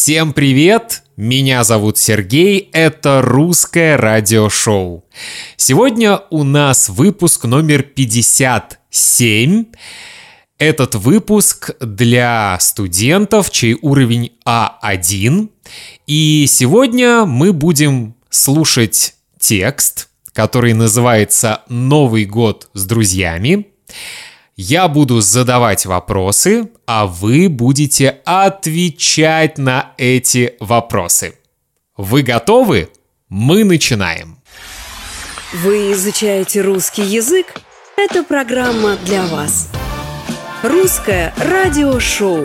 Всем привет! Меня зовут Сергей, это русское радиошоу. Сегодня у нас выпуск номер 57. Этот выпуск для студентов, чей уровень А1. И сегодня мы будем слушать текст, который называется «Новый год с друзьями». Я буду задавать вопросы, а вы будете отвечать на эти вопросы. Вы готовы? Мы начинаем. Вы изучаете русский язык? Это программа для вас. Русское радиошоу.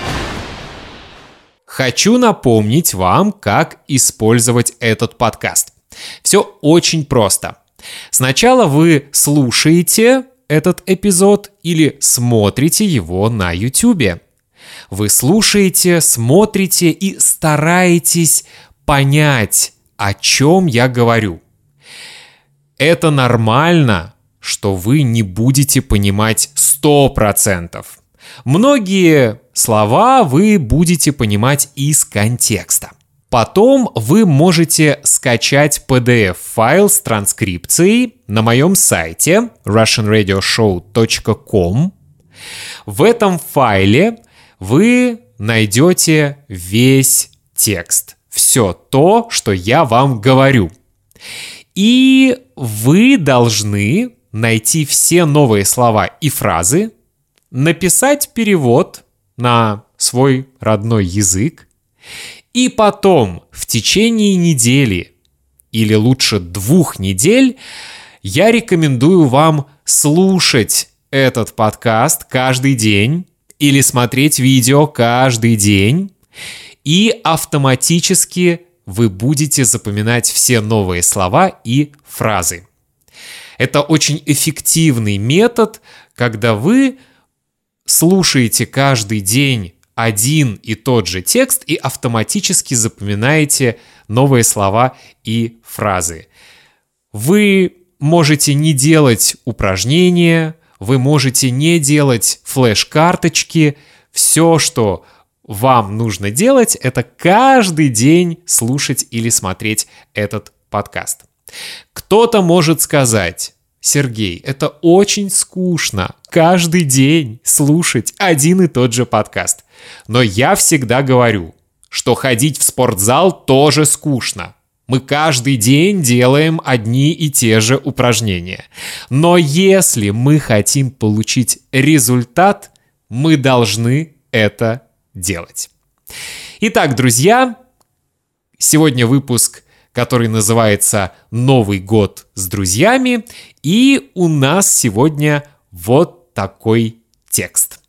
Хочу напомнить вам, как использовать этот подкаст. Все очень просто. Сначала вы слушаете этот эпизод или смотрите его на YouTube. Вы слушаете, смотрите и стараетесь понять, о чем я говорю. Это нормально, что вы не будете понимать 100%. Многие слова вы будете понимать из контекста. Потом вы можете скачать PDF-файл с транскрипцией на моем сайте russianradioshow.com. В этом файле вы найдете весь текст, все то, что я вам говорю. И вы должны найти все новые слова и фразы, написать перевод на свой родной язык, и потом в течение недели, или лучше 2 недель, я рекомендую вам слушать этот подкаст каждый день или смотреть видео каждый день, и автоматически вы будете запоминать все новые слова и фразы. Это очень эффективный метод, когда вы слушаете каждый день один и тот же текст и автоматически запоминаете новые слова и фразы. Вы можете не делать упражнения, вы можете не делать флеш-карточки. Все, что вам нужно делать, это каждый день слушать или смотреть этот подкаст. Кто-то может сказать: Сергей, это очень скучно каждый день слушать один и тот же подкаст. Но я всегда говорю, что ходить в спортзал тоже скучно. Мы каждый день делаем одни и те же упражнения. Но если мы хотим получить результат, мы должны это делать. Итак, друзья, сегодня выпуск, который называется «Новый год с друзьями», и у нас сегодня вот такой текст.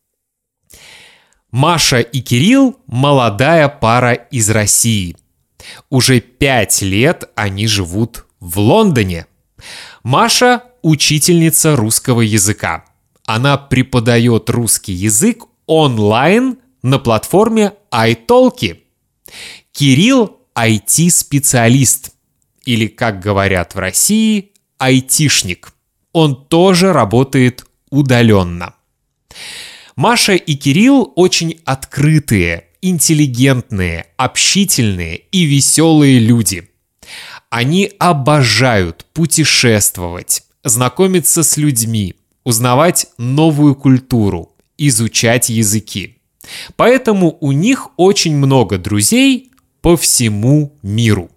Маша и Кирилл – молодая пара из России. Уже 5 лет они живут в Лондоне. Маша – учительница русского языка. Она преподает русский язык онлайн на платформе iTalki. Кирилл – IT-специалист, или, как говорят в России, айтишник. Он тоже работает удаленно. Маша и Кирилл очень открытые, интеллигентные, общительные и веселые люди. Они обожают путешествовать, знакомиться с людьми, узнавать новую культуру, изучать языки. Поэтому у них очень много друзей по всему миру.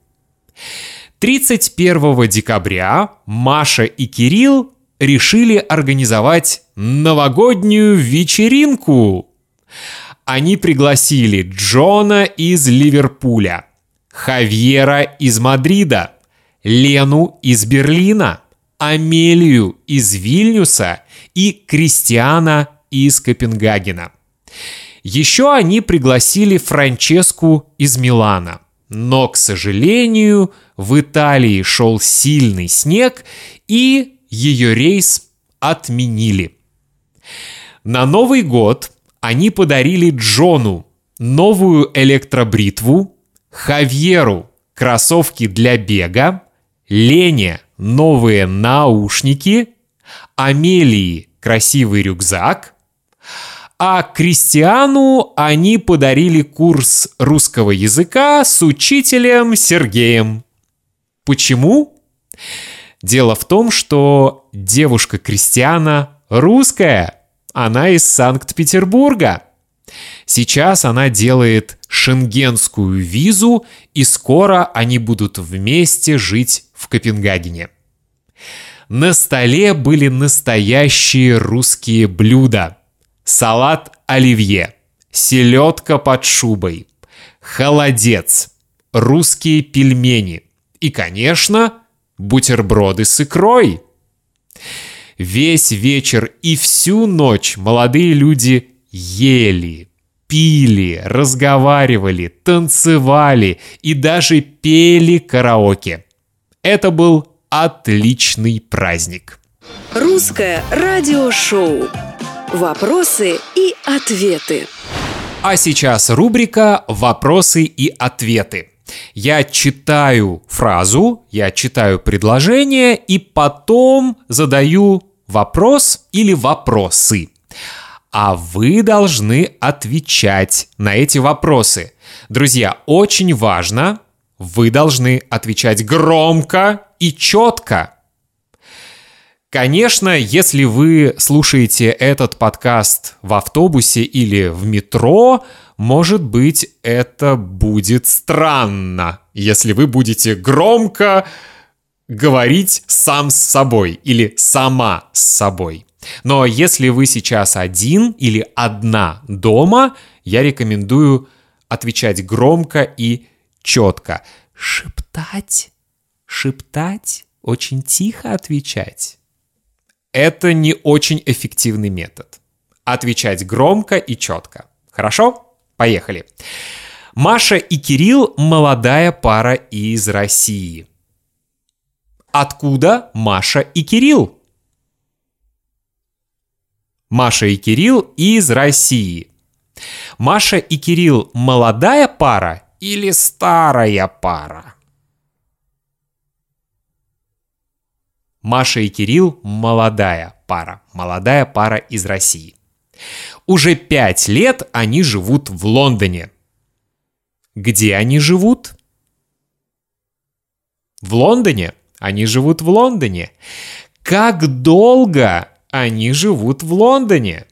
31 декабря Маша и Кирилл решили организовать новогоднюю вечеринку. Они пригласили Джона из Ливерпуля, Хавьера из Мадрида, Лену из Берлина, Амелию из Вильнюса и Кристиана из Копенгагена. Еще они пригласили Франческу из Милана. Но, к сожалению, в Италии шел сильный снег, и ее рейс отменили. На Новый год они подарили Джону новую электробритву, Хавьеру кроссовки для бега, Лене новые наушники, Амелии красивый рюкзак, А Кристиану они подарили курс русского языка с учителем Сергеем. Почему? Дело в том, что девушка Кристиана русская. Она из Санкт-Петербурга. Сейчас она делает шенгенскую визу, и скоро они будут вместе жить в Копенгагене. На столе были настоящие русские блюда. Салат оливье, селедка под шубой, холодец, русские пельмени и, конечно, бутерброды с икрой. Весь вечер и всю ночь молодые люди ели, пили, разговаривали, танцевали и даже пели караоке. Это был отличный праздник. Русское радиошоу. Вопросы и ответы. А сейчас рубрика «Вопросы и ответы». Я читаю фразу, я читаю предложение и потом задаю вопрос или вопросы. А вы должны отвечать на эти вопросы. Друзья, очень важно, вы должны отвечать громко и четко. Конечно, если вы слушаете этот подкаст в автобусе или в метро, может быть, это будет странно, если вы будете громко говорить сам с собой или сама с собой. Но если вы сейчас один или одна дома, я рекомендую отвечать громко и четко. Шептать, очень тихо отвечать. Это не очень эффективный метод. Отвечать громко и четко. Хорошо? Поехали. Маша и Кирилл – молодая пара из России. Откуда Маша и Кирилл? Маша и Кирилл из России. Маша и Кирилл – молодая пара или старая пара? Маша и Кирилл – молодая пара из России. Уже 5 лет они живут в Лондоне. Где они живут? В Лондоне. Они живут в Лондоне. Как долго они живут в Лондоне?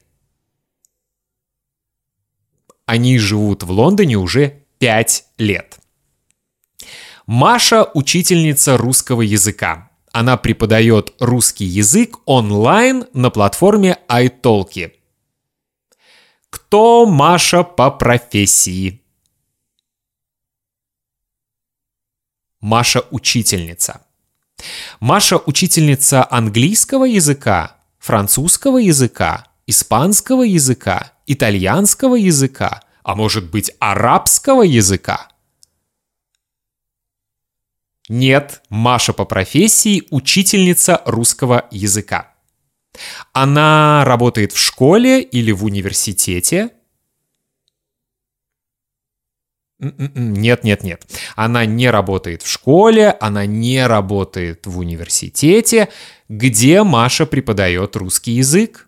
Они живут в Лондоне уже 5 лет. Маша – учительница русского языка. Она преподает русский язык онлайн на платформе iTalki. Кто Маша по профессии? Маша учительница. Маша учительница английского языка, французского языка, испанского языка, итальянского языка, а может быть арабского языка? Нет, Маша по профессии учительница русского языка. Она работает в школе или в университете? Нет. Она не работает в школе, она не работает в университете. Где Маша преподает русский язык?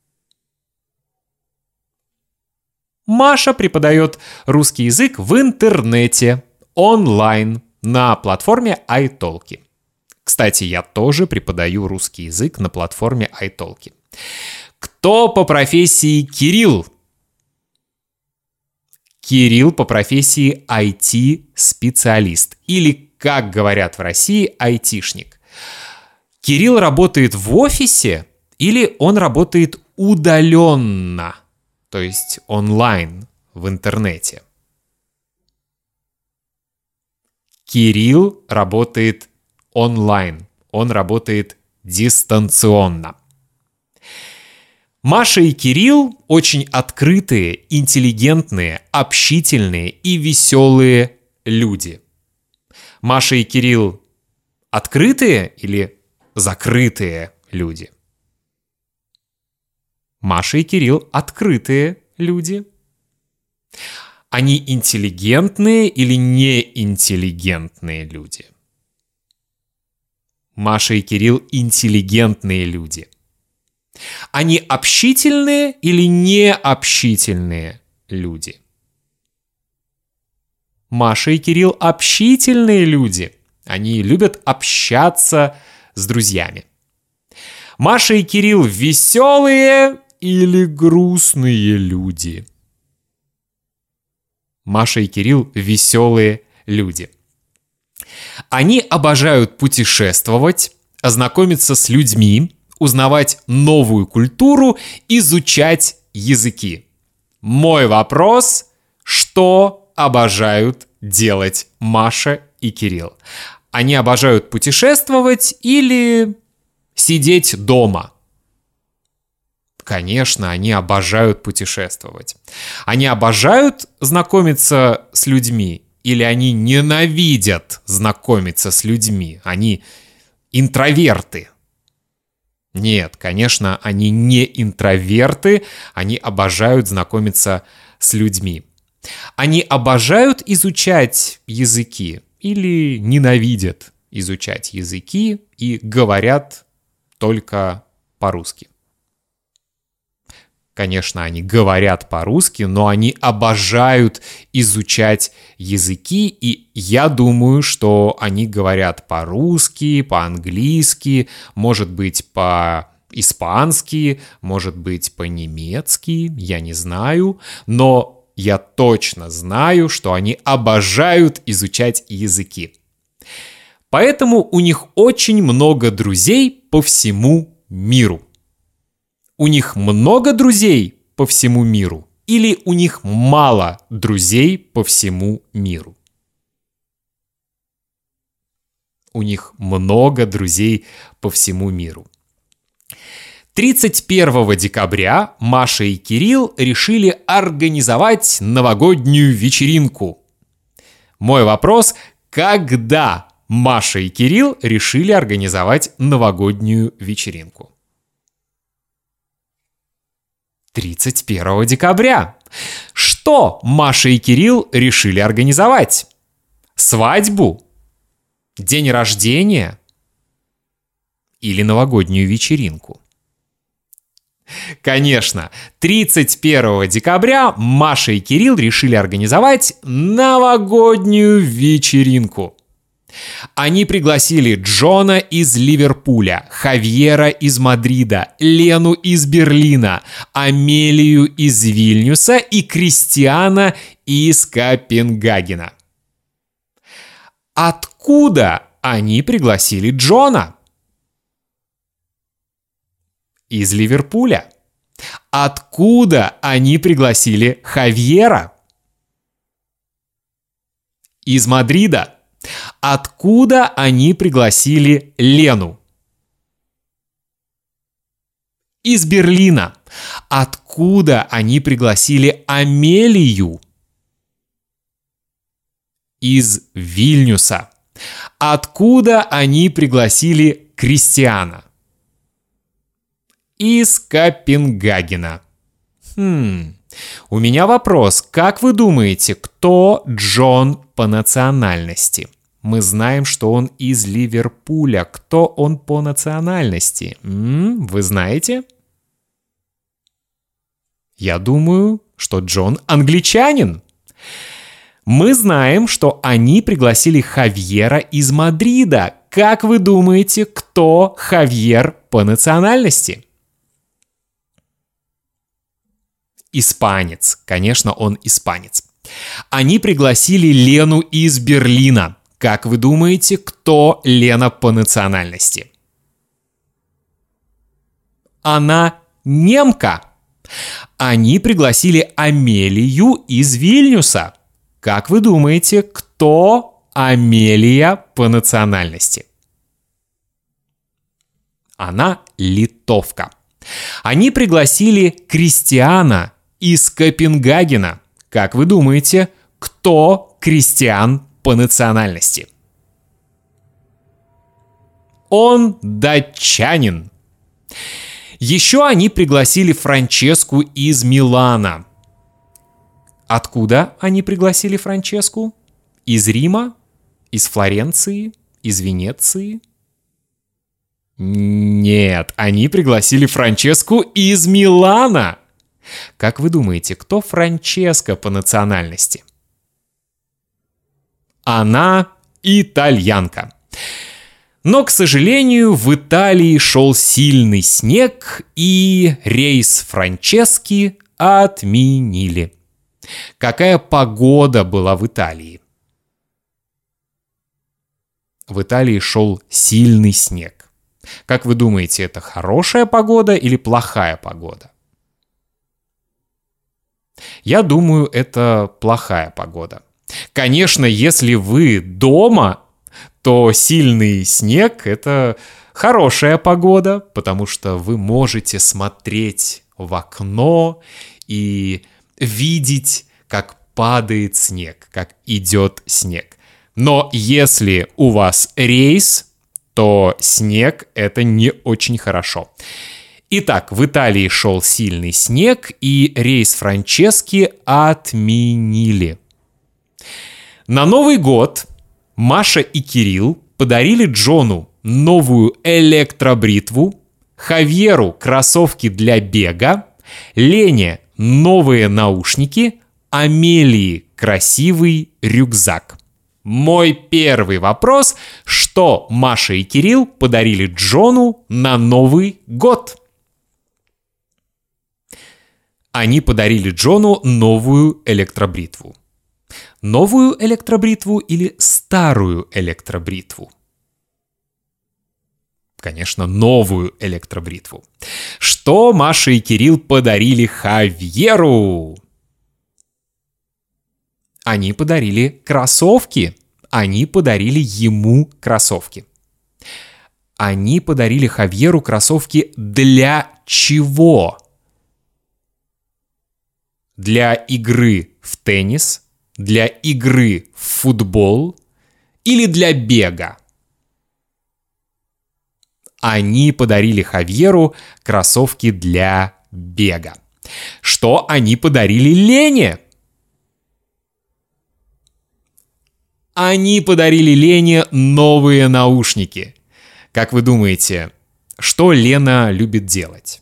Маша преподает русский язык в интернете, онлайн, на платформе iTalki. Кстати, я тоже преподаю русский язык на платформе iTalki. Кто по профессии Кирилл? Кирилл по профессии IT-специалист. Или, как говорят в России, айтишник. Кирилл работает в офисе или он работает удаленно, то есть онлайн, в интернете? Кирилл работает онлайн, он работает дистанционно. Маша и Кирилл очень открытые, интеллигентные, общительные и веселые люди. Маша и Кирилл открытые или закрытые люди? Маша и Кирилл открытые люди. Они интеллигентные или неинтеллигентные люди? Маша и Кирилл интеллигентные люди. Они общительные или необщительные люди? Маша и Кирилл общительные люди. Они любят общаться с друзьями. Маша и Кирилл веселые или грустные люди? Маша и Кирилл веселые люди. Они обожают путешествовать, ознакомиться с людьми, узнавать новую культуру, изучать языки. Мой вопрос: что обожают делать Маша и Кирилл? Они обожают путешествовать или сидеть дома? Конечно, они обожают путешествовать. Они обожают знакомиться с людьми или они ненавидят знакомиться с людьми? Они интроверты? Нет, конечно, они не интроверты, они обожают знакомиться с людьми. Они обожают изучать языки или ненавидят изучать языки и говорят только по-русски? Конечно, они говорят по-русски, но они обожают изучать языки, и я думаю, что они говорят по-русски, по-английски, может быть, по-испански, может быть, по-немецки, я не знаю, но я точно знаю, что они обожают изучать языки. Поэтому у них очень много друзей по всему миру. У них много друзей по всему миру или у них мало друзей по всему миру? У них много друзей по всему миру. 31 декабря Маша и Кирилл решили организовать новогоднюю вечеринку. Мой вопрос: когда Маша и Кирилл решили организовать новогоднюю вечеринку? 31 декабря. Что Маша и Кирилл решили организовать? Свадьбу? День рождения? Или новогоднюю вечеринку? Конечно, 31 декабря Маша и Кирилл решили организовать новогоднюю вечеринку. Они пригласили Джона из Ливерпуля, Хавьера из Мадрида, Лену из Берлина, Амелию из Вильнюса и Кристиана из Копенгагена. Откуда они пригласили Джона? Из Ливерпуля. Откуда они пригласили Хавьера? Из Мадрида. Откуда они пригласили Лену? Из Берлина. Откуда они пригласили Амелию? Из Вильнюса. Откуда они пригласили Кристиана? Из Копенгагена. У меня вопрос. Как вы думаете, кто Джон по национальности? Мы знаем, что он из Ливерпуля. Кто он по национальности? Вы знаете? Я думаю, что Джон англичанин. Мы знаем, что они пригласили Хавьера из Мадрида. Как вы думаете, кто Хавьер по национальности? Испанец. Конечно, он испанец. Они пригласили Лену из Берлина. Как вы думаете, кто Лена по национальности? Она немка. Они пригласили Амелию из Вильнюса. Как вы думаете, кто Амелия по национальности? Она литовка. Они пригласили Кристиана из Копенгагена. Как вы думаете, кто Кристиан по национальности? Он датчанин. Еще они пригласили Франческу из Милана. Откуда они пригласили Франческу? Из Рима? Из Флоренции? Из Венеции? Нет, они пригласили Франческу из Милана. Как вы думаете, кто Франческа по национальности? Она итальянка. Но, к сожалению, в Италии шел сильный снег, и рейс Франчески отменили. Какая погода была в Италии? В Италии шел сильный снег. Как вы думаете, это хорошая погода или плохая погода? Я думаю, это плохая погода. Конечно, если вы дома, то сильный снег – это хорошая погода, потому что вы можете смотреть в окно и видеть, как падает снег, как идет снег. Но если у вас рейс, то снег – это не очень хорошо. Итак, в Италии шел сильный снег, и рейс Франчески отменили. На Новый год Маша и Кирилл подарили Джону новую электробритву, Хавьеру кроссовки для бега, Лене новые наушники, Амелии красивый рюкзак. Мой первый вопрос: что Маша и Кирилл подарили Джону на Новый год? Они подарили Джону новую электробритву. Новую электробритву или старую электробритву? Конечно, новую электробритву. Что Маша и Кирилл подарили Хавьеру? Они подарили кроссовки. Они подарили ему кроссовки. Они подарили Хавьеру кроссовки для чего? Для игры в теннис, для игры в футбол или для бега? Они подарили Хавьеру кроссовки для бега. Что они подарили Лене? Они подарили Лене новые наушники. Как вы думаете, что Лена любит делать?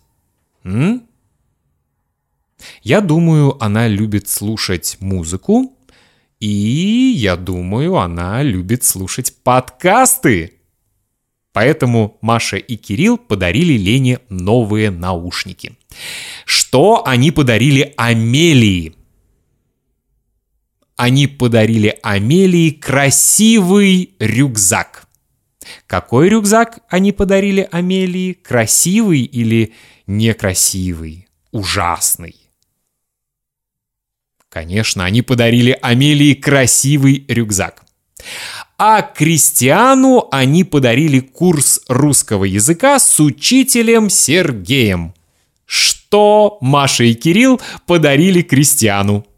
Я думаю, она любит слушать музыку, и я думаю, она любит слушать подкасты. Поэтому Маша и Кирилл подарили Лене новые наушники. Что они подарили Амелии? Они подарили Амелии красивый рюкзак. Какой рюкзак они подарили Амелии? Красивый или некрасивый? Ужасный? Конечно, они подарили Амелии красивый рюкзак. А Кристиану они подарили курс русского языка с учителем Сергеем. Что Маша и Кирилл подарили Кристиану?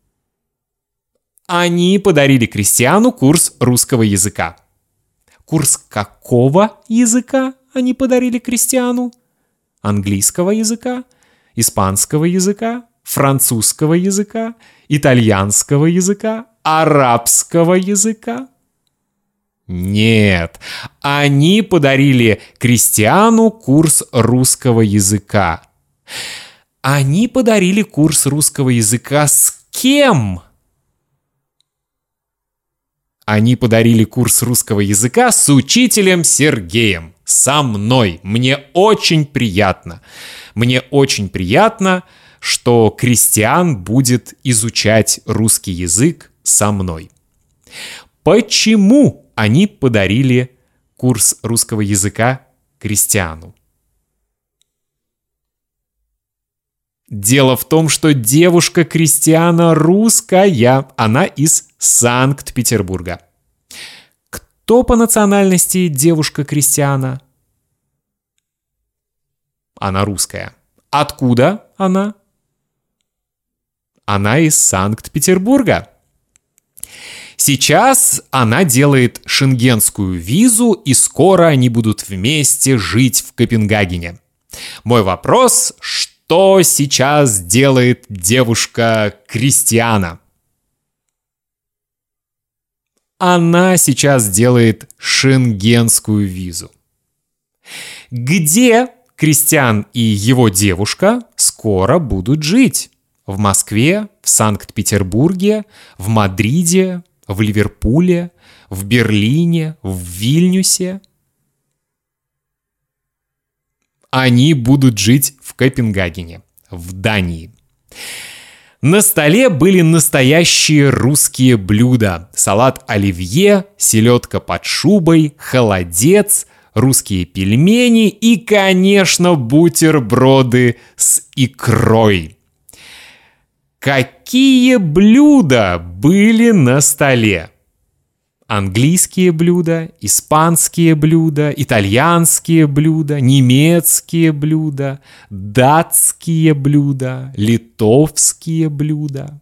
Они подарили Кристиану курс русского языка. Курс какого языка они подарили Кристиану? Английского языка? Испанского языка? Французского языка? Итальянского языка? Арабского языка? Нет, они подарили Кристиану курс русского языка. Они подарили курс русского языка с кем? Они подарили курс русского языка с учителем Сергеем. Со мной. Мне очень приятно. Мне очень приятно, что Кристиан будет изучать русский язык со мной. Почему они подарили курс русского языка Кристиану? Дело в том, что девушка Кристиана русская, она из Санкт-Петербурга. Кто по национальности девушка Кристиана? Она русская. Откуда она? Она из Санкт-Петербурга. Сейчас она делает шенгенскую визу, и скоро они будут вместе жить в Копенгагене. Мой вопрос: что сейчас делает девушка Кристиана? Она сейчас делает шенгенскую визу. Где Кристиан и его девушка скоро будут жить? В Москве, в Санкт-Петербурге, в Мадриде, в Ливерпуле, в Берлине, в Вильнюсе? Они будут жить в Копенгагене, в Дании. На столе были настоящие русские блюда. Салат оливье, селедка под шубой, холодец, русские пельмени и, конечно, бутерброды с икрой. Какие блюда были на столе? Английские блюда, испанские блюда, итальянские блюда, немецкие блюда, датские блюда, литовские блюда.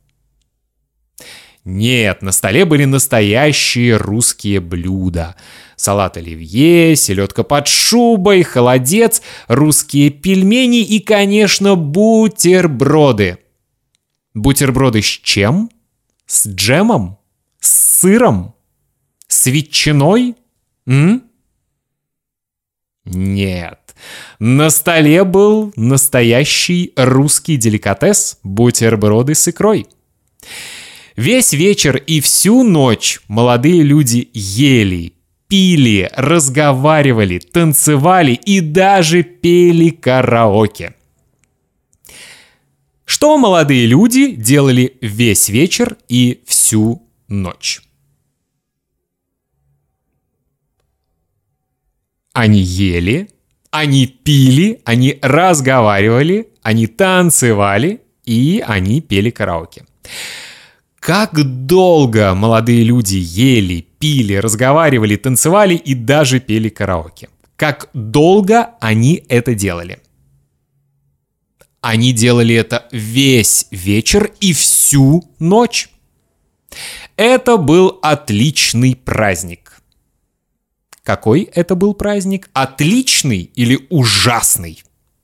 Нет, на столе были настоящие русские блюда. Салат оливье, селедка под шубой, холодец, русские пельмени и, конечно, бутерброды. Бутерброды с чем? С джемом? С сыром? С ветчиной? Нет. На столе был настоящий русский деликатес – бутерброды с икрой. Весь вечер и всю ночь молодые люди ели, пили, разговаривали, танцевали и даже пели караоке. Что молодые люди делали весь вечер и всю ночь? Они ели, они пили, они разговаривали, они танцевали и они пели караоке. Как долго молодые люди ели, пили, разговаривали, танцевали и даже пели караоке? Как долго они это делали? Они делали это весь вечер и всю ночь. Это был отличный праздник. Какой это был праздник? Отличный или ужасный?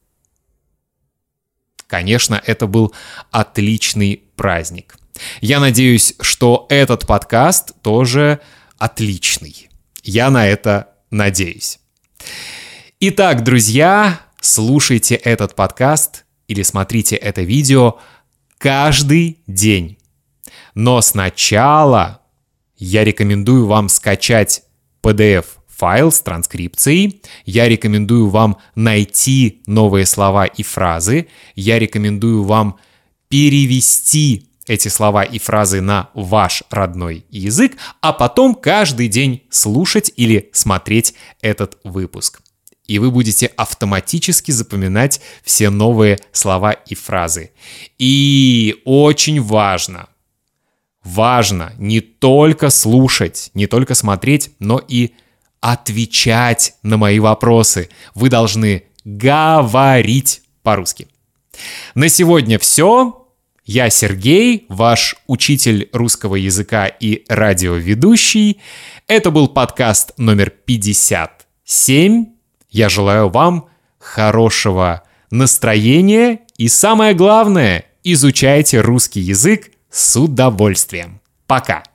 Конечно, это был отличный праздник. Я надеюсь, что этот подкаст тоже отличный. Я на это надеюсь. Итак, друзья, слушайте этот подкаст или смотрите это видео каждый день. Но сначала я рекомендую вам скачать PDF-файл с транскрипцией. Я рекомендую вам найти новые слова и фразы. Я рекомендую вам перевести эти слова и фразы на ваш родной язык, а потом каждый день слушать или смотреть этот выпуск. И вы будете автоматически запоминать все новые слова и фразы. И очень важно не только слушать, не только смотреть, но и отвечать на мои вопросы. Вы должны говорить по-русски. На сегодня все. Я Сергей, ваш учитель русского языка и радиоведущий. Это был подкаст номер 57. Я желаю вам хорошего настроения и, самое главное, изучайте русский язык с удовольствием. Пока!